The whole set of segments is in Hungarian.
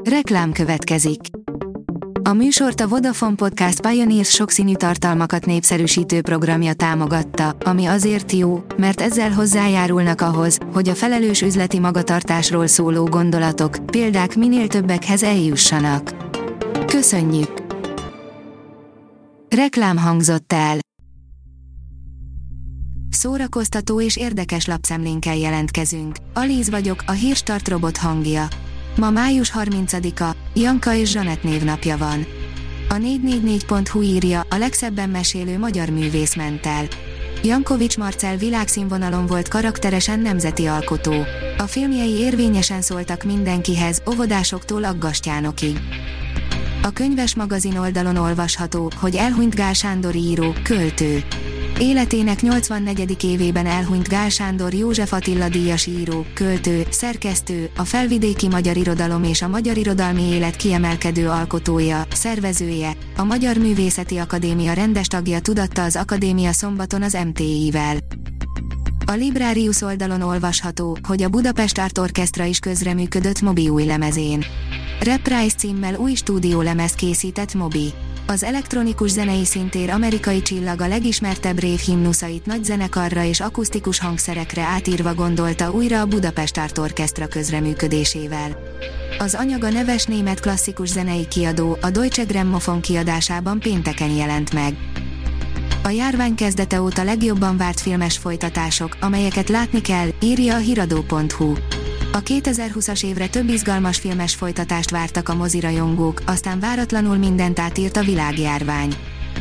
Reklám következik. A műsort a Vodafone Podcast Pioneers sokszínű tartalmakat népszerűsítő programja támogatta, ami azért jó, mert ezzel hozzájárulnak ahhoz, hogy a felelős üzleti magatartásról szóló gondolatok, példák minél többekhez eljussanak. Köszönjük! Reklám hangzott el. Szórakoztató és érdekes lapszemlénkkel jelentkezünk. Alíz vagyok, a Hírstart robot hangja. Ma május 30-a, Janka és Zsanett névnapja van. A 444.hu írja, a legszebben mesélő magyar művész ment el. Jankovics Marcell világszínvonalon volt karakteresen nemzeti alkotó. A filmjei érvényesen szóltak mindenkihez, óvodásoktól aggastyánokig. A Könyves magazin oldalon olvasható, hogy elhunyt Gál Sándor író, költő. Életének 84. évében elhunyt Gál Sándor József Attila díjas író, költő, szerkesztő, a felvidéki magyar irodalom és a magyar irodalmi élet kiemelkedő alkotója, szervezője, a Magyar Művészeti Akadémia rendes tagja, tudatta az akadémia szombaton az MTI-vel. A Librarius oldalon olvasható, hogy a Budapest Art Orchestra is közreműködött Moby új lemezén. Reprise címmel új stúdiólemezt készített Moby. Az elektronikus zenei szintér amerikai csillag a legismertebb rave himnuszait nagy zenekarra és akusztikus hangszerekre átírva gondolta újra a Budapest Art Orchestra közreműködésével. Az anyag a neves német klasszikus zenei kiadó, a Deutsche Grammophon kiadásában pénteken jelent meg. A járvány kezdete óta legjobban várt filmes folytatások, amelyeket látni kell, írja a hiradó.hu. A 2020-as évre több izgalmas filmes folytatást vártak a mozirajongók, aztán váratlanul mindent átírt a világjárvány.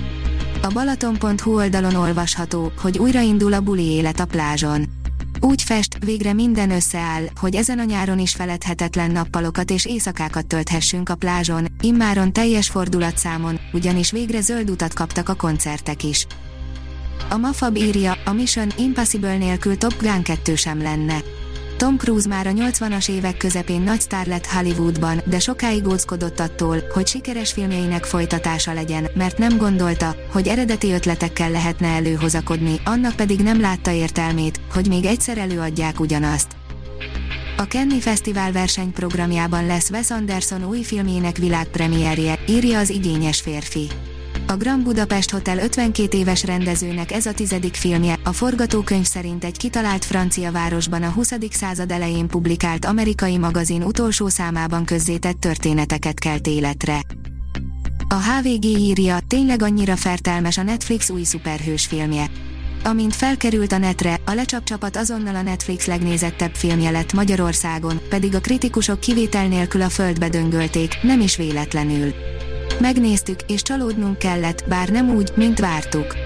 A Balaton.hu oldalon olvasható, hogy újraindul a buli élet a plázson. Úgy fest, végre minden összeáll, hogy ezen a nyáron is feledhetetlen nappalokat és éjszakákat tölthessünk a plázson, immáron teljes fordulatszámon, ugyanis végre zöld utat kaptak a koncertek is. A Mafab írja, a Mission Impossible nélkül Top Gun 2 sem lenne. Tom Cruise már a 80-as évek közepén nagy sztár lett Hollywoodban, de sokáig óckodott attól, hogy sikeres filmjeinek folytatása legyen, mert nem gondolta, hogy eredeti ötletekkel lehetne előhozakodni, annak pedig nem látta értelmét, hogy még egyszer előadják ugyanazt. A Cannes Fesztivál versenyprogramjában lesz Wes Anderson új filmjének világpremierje, írja az Igényes férfi. A Grand Budapest Hotel 52 éves rendezőnek ez a 10. filmje, a forgatókönyv szerint egy kitalált francia városban a 20. század elején publikált amerikai magazin utolsó számában közzétett történeteket kelt életre. A HVG írja, tényleg annyira fertelmes a Netflix új szuperhős filmje. Amint felkerült a netre, a Lecsap csapat azonnal a Netflix legnézettebb filmje lett Magyarországon, pedig a kritikusok kivétel nélkül a földbe döngölték, nem is véletlenül. Megnéztük, és csalódnunk kellett, bár nem úgy, mint vártuk.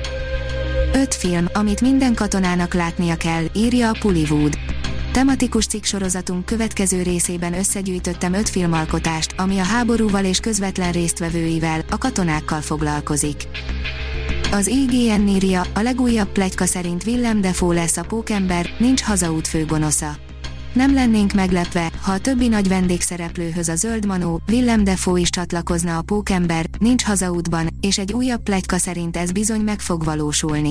5 film, amit minden katonának látnia kell, írja a Pullywood. Tematikus cikksorozatunk következő részében összegyűjtöttem 5 filmalkotást, ami a háborúval és közvetlen résztvevőivel, a katonákkal foglalkozik. Az IGN írja, a legújabb pletyka szerint Willem Dafoe lesz a Pókember, nincs hazaút főgonosza. Nem lennénk meglepve, ha a többi nagy vendégszereplőhöz a Zöld Manó, Willem Dafoe is csatlakozna a Pókember, nincs hazaútban, és egy újabb pletyka szerint ez bizony meg fog valósulni.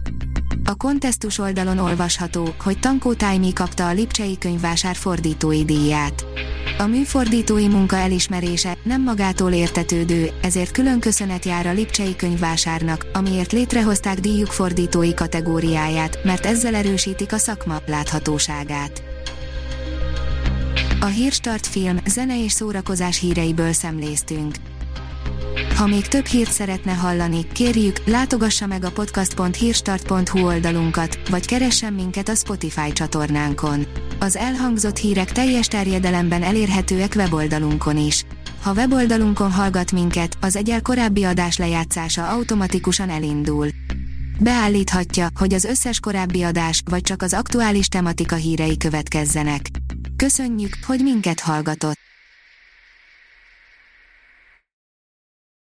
A Kontesztus oldalon olvasható, hogy Tankó Tájmi kapta a Lipcsei Könyvvásár fordítói díját. A műfordítói munka elismerése nem magától értetődő, ezért külön köszönet jár a Lipcsei Könyvvásárnak, amiért létrehozták díjuk fordítói kategóriáját, mert ezzel erősítik a szakma láthatóságát. A Hírstart film, zene és szórakozás híreiből szemléztünk. Ha még több hírt szeretne hallani, kérjük, látogassa meg a podcast.hírstart.hu oldalunkat, vagy keressen minket a Spotify csatornánkon. Az elhangzott hírek teljes terjedelemben elérhetőek weboldalunkon is. Ha weboldalunkon hallgat minket, az egyel korábbi adás lejátszása automatikusan elindul. Beállíthatja, hogy az összes korábbi adás, vagy csak az aktuális tematika hírei következzenek. Köszönjük, hogy minket hallgatott!